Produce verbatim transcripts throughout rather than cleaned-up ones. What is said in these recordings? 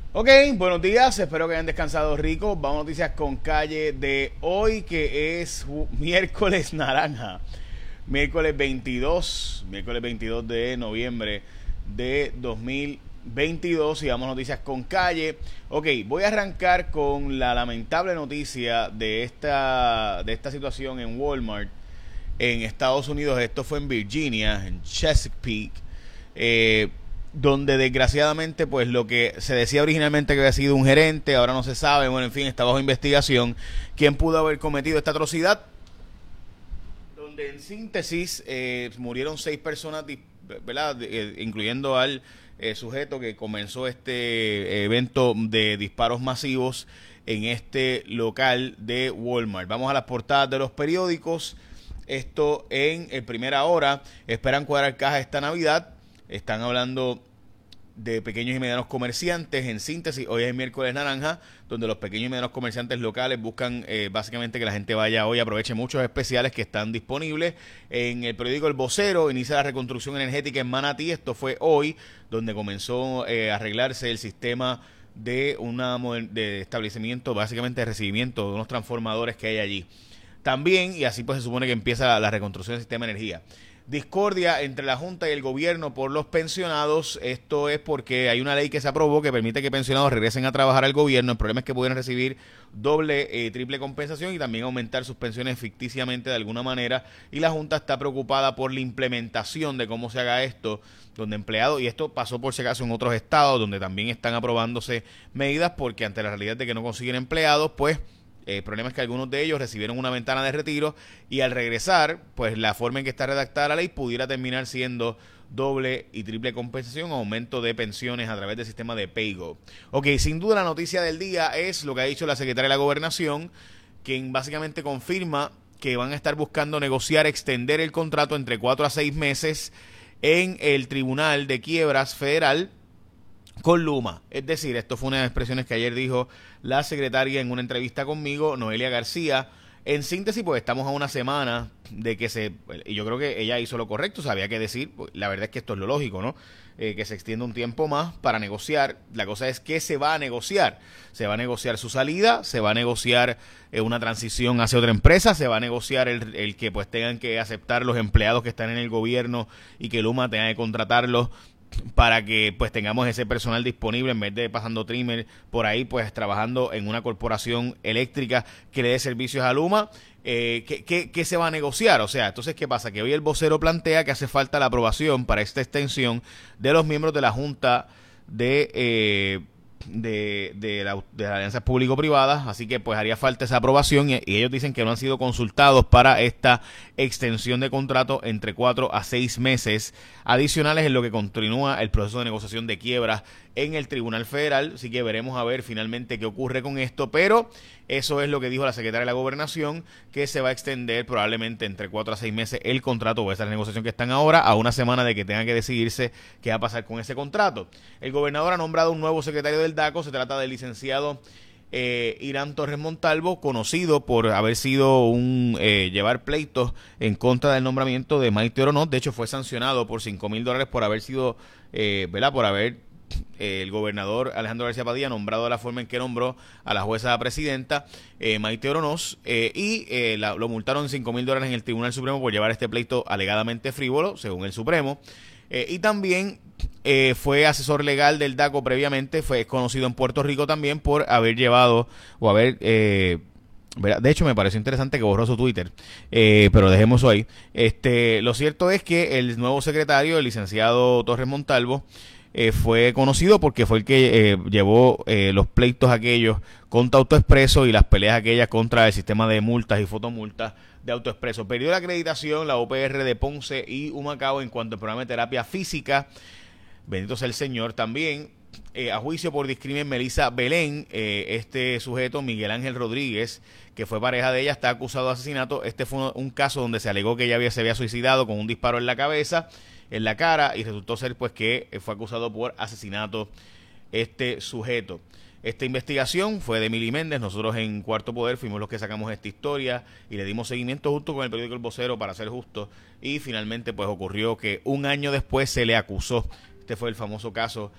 Ok, buenos días, espero que hayan descansado rico. Vamos a noticias con calle de hoy, que es uh, miércoles naranja. Miércoles veintidós, miércoles veintidós de noviembre de dos mil veintidós, y vamos a noticias con calle. Ok, voy a arrancar con la lamentable noticia de esta, de esta situación en Walmart en Estados Unidos. Esto fue en Virginia, en Chesapeake. Eh, donde desgraciadamente pues lo que se decía originalmente que había sido un gerente, ahora no se sabe, bueno, en fin, está bajo investigación quién pudo haber cometido esta atrocidad, donde en síntesis eh, murieron seis personas, ¿verdad? Eh, incluyendo al eh, sujeto que comenzó este evento de disparos masivos en este local de Walmart. Vamos a las portadas de los periódicos. Esto en eh, primera hora. Esperan cuadrar caja esta Navidad. Están hablando de pequeños y medianos comerciantes. En síntesis, hoy es miércoles naranja, donde los pequeños y medianos comerciantes locales buscan eh, básicamente que la gente vaya hoy, aproveche muchos especiales que están disponibles. En el periódico El Vocero inicia la reconstrucción energética en Manatí. Esto fue hoy, donde comenzó eh, a arreglarse el sistema de una de establecimiento, básicamente de recibimiento de unos transformadores que hay allí. También, y así pues se supone que empieza la, la reconstrucción del sistema de energía. Discordia entre la Junta y el gobierno por los pensionados. Esto es porque hay una ley que se aprobó que permite que pensionados regresen a trabajar al gobierno. El problema es que pueden recibir doble, eh, triple compensación y también aumentar sus pensiones ficticiamente de alguna manera. Y la Junta está preocupada por la implementación de cómo se haga esto, donde empleados, y esto pasó por si acaso en otros estados, donde también están aprobándose medidas porque ante la realidad de que no consiguen empleados, pues el problema es que algunos de ellos recibieron una ventana de retiro y al regresar, pues la forma en que está redactada la ley pudiera terminar siendo doble y triple compensación o aumento de pensiones a través del sistema de PayGo. Ok, sin duda la noticia del día es lo que ha dicho la secretaria de la Gobernación, quien básicamente confirma que van a estar buscando negociar, extender el contrato entre cuatro a seis meses en el Tribunal de Quiebras Federal con Luma. Es decir, esto fue una de las expresiones que ayer dijo la secretaria en una entrevista conmigo, Noelia García. En síntesis, pues estamos a una semana de que se, y yo creo que ella hizo lo correcto, o sea, había que decir, pues, la verdad es que esto es lo lógico, ¿no? Eh, que se extienda un tiempo más para negociar. La cosa es que se va a negociar. Se va a negociar su salida, se va a negociar eh, una transición hacia otra empresa, se va a negociar el, el que pues tengan que aceptar los empleados que están en el gobierno y que Luma tenga que contratarlos para que pues tengamos ese personal disponible en vez de pasando trimmer por ahí, pues trabajando en una corporación eléctrica que le dé servicios a Luma. Eh, ¿qué, qué, ¿Qué se va a negociar? O sea, entonces, ¿qué pasa? Que hoy el vocero plantea que hace falta la aprobación para esta extensión de los miembros de la Junta de... Eh, de, de, la, de las alianzas público-privadas, así que pues haría falta esa aprobación y, y ellos dicen que no han sido consultados para esta extensión de contrato entre cuatro a seis meses adicionales en lo que continúa el proceso de negociación de quiebras en el Tribunal Federal, así que veremos a ver finalmente qué ocurre con esto, pero eso es lo que dijo la secretaria de la Gobernación, que se va a extender probablemente entre cuatro a seis meses el contrato o esa negociación que están ahora, a una semana de que tenga que decidirse qué va a pasar con ese contrato. El gobernador ha nombrado un nuevo secretario del DACO, se trata del licenciado eh, Irán Torres Montalvo, conocido por haber sido un eh, llevar pleitos en contra del nombramiento de Maite Oronoz. De hecho, fue sancionado por cinco mil dólares por haber sido, eh, ¿verdad? Por haber eh, el gobernador Alejandro García Padilla nombrado de la forma en que nombró a la jueza presidenta eh, Maite Oronoz, eh, y eh, la, lo multaron en cinco mil dólares en el Tribunal Supremo por llevar este pleito alegadamente frívolo, según el Supremo. Eh, y también eh, fue asesor legal del DACO previamente, fue conocido en Puerto Rico también por haber llevado o haber... Eh, de hecho, me pareció interesante que borró su Twitter, eh, pero dejemos eso ahí. Este, lo cierto es que el nuevo secretario, el licenciado Torres Montalvo, eh, fue conocido porque fue el que eh, llevó eh, los pleitos aquellos contra AutoExpreso y las peleas aquellas contra el sistema de multas y fotomultas de AutoExpreso. Perdió la acreditación la U P R de Ponce y Humacao en cuanto al programa de terapia física. Bendito sea el Señor. También eh, a juicio por discrimen Melissa Belén, eh, este sujeto Miguel Ángel Rodríguez, que fue pareja de ella, está acusado de asesinato. Este fue un, un caso donde se alegó que ella había, se había suicidado con un disparo en la cabeza, en la cara, y resultó ser pues que fue acusado por asesinato este sujeto. Esta investigación fue de Emily Méndez. Nosotros en Cuarto Poder fuimos los que sacamos esta historia y le dimos seguimiento junto con el periódico El Vocero, para ser justo, y finalmente pues ocurrió que un año después se le acusó. Este fue el famoso caso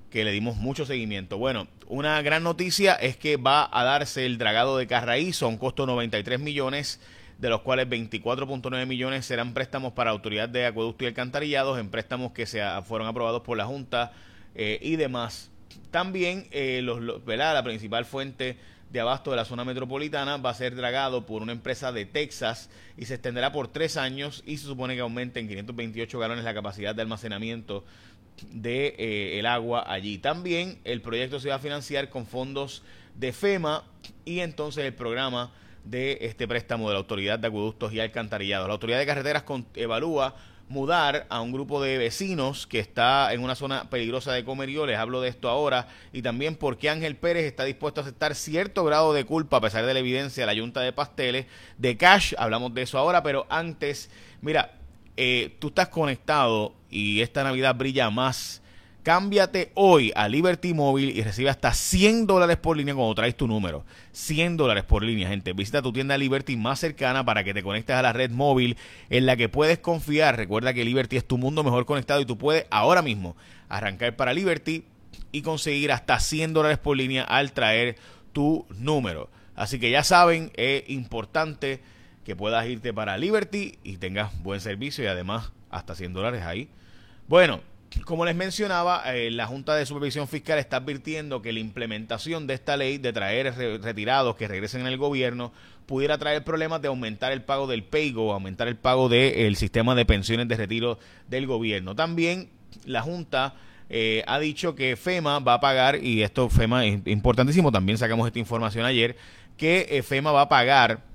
que le dimos mucho seguimiento. Bueno, una gran noticia es que va a darse el dragado de Carraízo a un costo de noventa y tres millones, de los cuales veinticuatro punto nueve millones serán préstamos para Autoridad de Acueducto y Alcantarillados, en préstamos que se a, fueron aprobados por la Junta eh, y demás. También eh, los, los, ¿verdad? La principal fuente de abasto de la zona metropolitana va a ser dragado por una empresa de Texas y se extenderá por tres años y se supone que aumente en quinientos veintiocho galones la capacidad de almacenamiento de eh, el agua allí. También el proyecto se va a financiar con fondos de FEMA y entonces el programa de este préstamo de la Autoridad de Acueductos y Alcantarillados. La Autoridad de Carreteras con, evalúa mudar a un grupo de vecinos que está en una zona peligrosa de Comerío. Les hablo de esto ahora, y también porque Ángel Pérez está dispuesto a aceptar cierto grado de culpa a pesar de la evidencia de la Yunta de Pasteles de Cash. Hablamos de eso ahora, pero antes, mira, eh, tú estás conectado y esta Navidad brilla más. Cámbiate hoy a Liberty Móvil y recibe hasta cien dólares por línea cuando traes tu número. cien dólares por línea, gente. Visita tu tienda Liberty más cercana para que te conectes a la red móvil en la que puedes confiar. Recuerda que Liberty es tu mundo mejor conectado y tú puedes ahora mismo arrancar para Liberty y conseguir hasta cien dólares por línea al traer tu número. Así que ya saben, es importante que puedas irte para Liberty y tengas buen servicio y además hasta cien dólares ahí. Bueno, como les mencionaba, eh, la Junta de Supervisión Fiscal está advirtiendo que la implementación de esta ley de traer re retirados que regresen en el gobierno pudiera traer problemas de aumentar el pago del PAYGO, aumentar el pago del sistema de pensiones de retiro del gobierno. También la Junta eh, ha dicho que FEMA va a pagar, y esto FEMA es importantísimo, también sacamos esta información ayer, que eh, FEMA va a pagar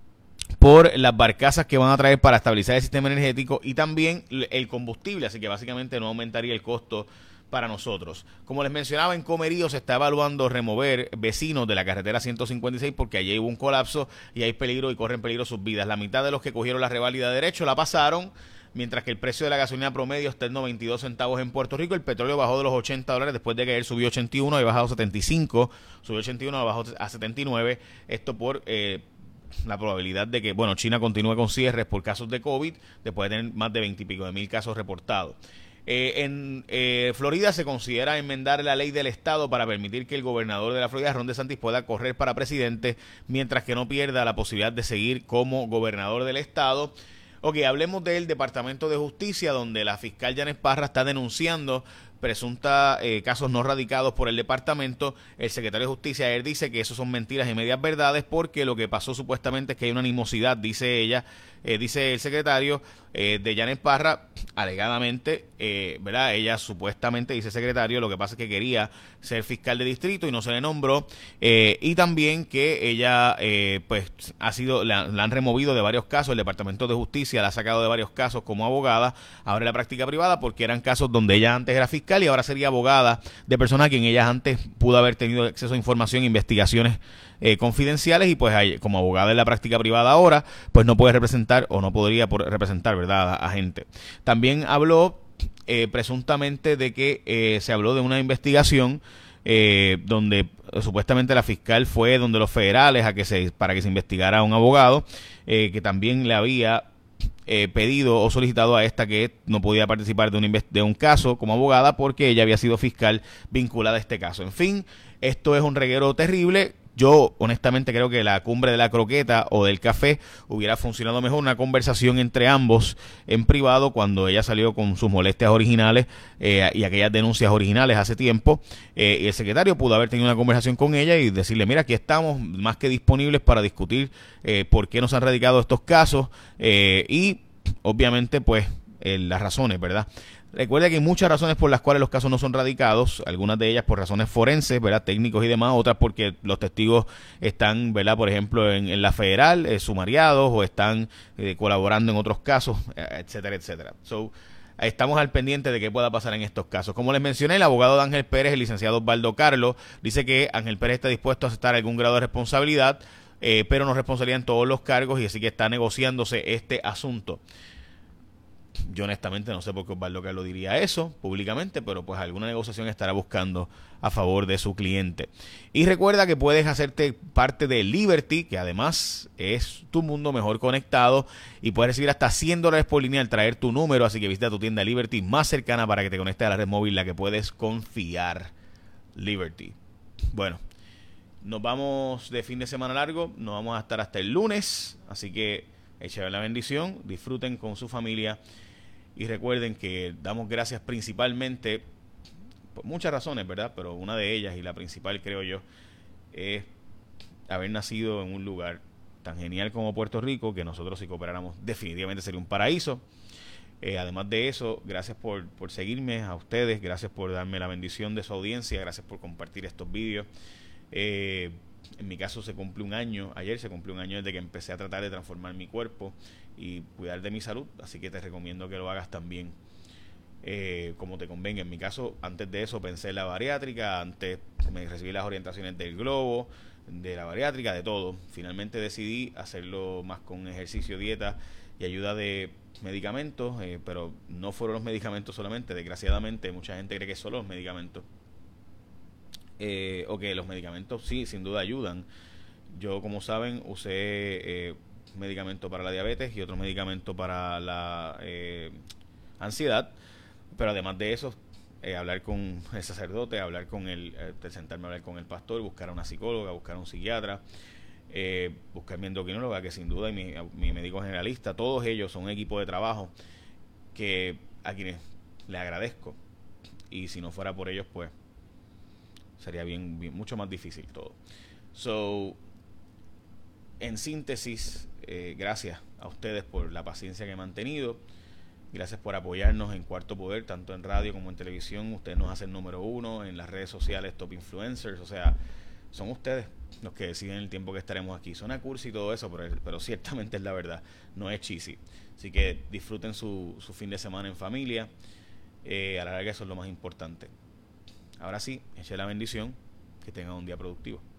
por las barcazas que van a traer para estabilizar el sistema energético y también el combustible, así que básicamente no aumentaría el costo para nosotros. Como les mencionaba, en Comerío se está evaluando remover vecinos de la carretera ciento cincuenta y seis porque allí hubo un colapso y hay peligro y corren peligro sus vidas. La mitad de los que cogieron la reválida de derecho la pasaron, mientras que el precio de la gasolina promedio está en noventa y dos centavos en Puerto Rico. El petróleo bajó de los ochenta dólares después de que ayer subió ochenta y uno y bajado a setenta y cinco, subió ochenta y uno, bajó a setenta y nueve, esto por eh, la probabilidad de que, bueno, China continúe con cierres por casos de COVID, después de tener más de veinte y pico de mil casos reportados. Eh, en eh, Florida se considera enmendar la ley del estado para permitir que el gobernador de la Florida, Ron DeSantis, pueda correr para presidente, mientras que no pierda la posibilidad de seguir como gobernador del estado. Ok, hablemos del Departamento de Justicia, donde la fiscal Yanes Parra está denunciando presunta eh, casos no radicados por el departamento. El secretario de Justicia ayer dice que eso son mentiras y medias verdades, porque lo que pasó supuestamente es que hay una animosidad, dice ella, eh, dice el secretario eh, de Yanes Parra, alegadamente, eh, ¿verdad? Ella supuestamente, dice el secretario, lo que pasa es que quería ser fiscal de distrito y no se le nombró, eh, y también que ella eh, pues ha sido, la, la han removido de varios casos, el Departamento de Justicia la ha sacado de varios casos como abogada, ahora en la práctica privada, porque eran casos donde ella antes era fiscal y ahora sería abogada de personas a quien ella antes pudo haber tenido acceso a información, investigaciones eh, confidenciales, y pues hay, como abogada en la práctica privada ahora, pues no puede representar o no podría por, representar, ¿verdad?, a, a gente. También habló eh, presuntamente de que eh, se habló de una investigación eh, donde eh, supuestamente la fiscal fue donde los federales a que se para que se investigara a un abogado eh, que también le había Eh, pedido o solicitado a esta que no podía participar de un, de un caso como abogada porque ella había sido fiscal vinculada a este caso. En fin, esto es un reguero terrible. Yo honestamente creo que la cumbre de la croqueta o del café hubiera funcionado mejor, una conversación entre ambos en privado cuando ella salió con sus molestias originales eh, y aquellas denuncias originales hace tiempo, eh, y el secretario pudo haber tenido una conversación con ella y decirle, mira, aquí estamos más que disponibles para discutir eh, por qué nos han radicado estos casos eh, y obviamente pues eh, las razones, ¿verdad? Recuerda que hay muchas razones por las cuales los casos no son radicados, algunas de ellas por razones forenses, ¿verdad?, técnicos y demás, otras porque los testigos están, ¿verdad?, por ejemplo, en, en la federal, eh, sumariados, o están eh, colaborando en otros casos, etcétera, etcétera. So, estamos al pendiente de qué pueda pasar en estos casos. Como les mencioné, el abogado de Ángel Pérez, el licenciado Osvaldo Carlos, dice que Ángel Pérez está dispuesto a aceptar algún grado de responsabilidad, eh, pero no responsabilidad en todos los cargos, y así que está negociándose este asunto. Yo honestamente no sé por qué Osvaldo Carlos diría eso públicamente, pero pues alguna negociación estará buscando a favor de su cliente. Y recuerda que puedes hacerte parte de Liberty, que además es tu mundo mejor conectado, y puedes recibir hasta cien dólares por línea al traer tu número, así que visita tu tienda Liberty más cercana para que te conectes a la red móvil, la que puedes confiar. Liberty. Bueno, nos vamos de fin de semana largo, nos vamos a estar hasta el lunes, así que echen la bendición, disfruten con su familia. Y recuerden que damos gracias principalmente por muchas razones, ¿verdad? Pero una de ellas, y la principal creo yo, es haber nacido en un lugar tan genial como Puerto Rico, que nosotros si cooperáramos definitivamente sería un paraíso. Eh, además de eso, gracias por, por seguirme a ustedes, gracias por darme la bendición de su audiencia, gracias por compartir estos vídeos. Eh, en mi caso se cumple un año, ayer se cumplió un año desde que empecé a tratar de transformar mi cuerpo y cuidar de mi salud, así que te recomiendo que lo hagas también eh, como te convenga. En mi caso, antes de eso pensé en la bariátrica, antes me recibí las orientaciones del globo, de la bariátrica, de todo. Finalmente decidí hacerlo más con ejercicio, dieta y ayuda de medicamentos, eh, pero no fueron los medicamentos solamente, desgraciadamente mucha gente cree que son los medicamentos. Eh, o que los medicamentos sí, sin duda ayudan. Yo, como saben, usé eh, medicamento para la diabetes y otro medicamento para la eh, ansiedad, pero además de eso, eh, hablar con el sacerdote, hablar con el, eh, sentarme a hablar con el pastor, buscar a una psicóloga, buscar a un psiquiatra, eh, buscar mi endocrinóloga, que sin duda, y mi, mi médico generalista, todos ellos son un equipo de trabajo que a quienes les agradezco, y si no fuera por ellos, pues sería bien, bien mucho más difícil todo. So, en síntesis, eh, gracias a ustedes por la paciencia que han mantenido. Gracias por apoyarnos en Cuarto Poder, tanto en radio como en televisión. Ustedes nos hacen número uno en las redes sociales, Top Influencers. O sea, son ustedes los que deciden el tiempo que estaremos aquí. Suena cursi y todo eso, pero, pero ciertamente es la verdad. No es cheesy. Así que disfruten su, su fin de semana en familia. Eh, a la larga eso es lo más importante. Ahora sí, eche la bendición, que tengan un día productivo.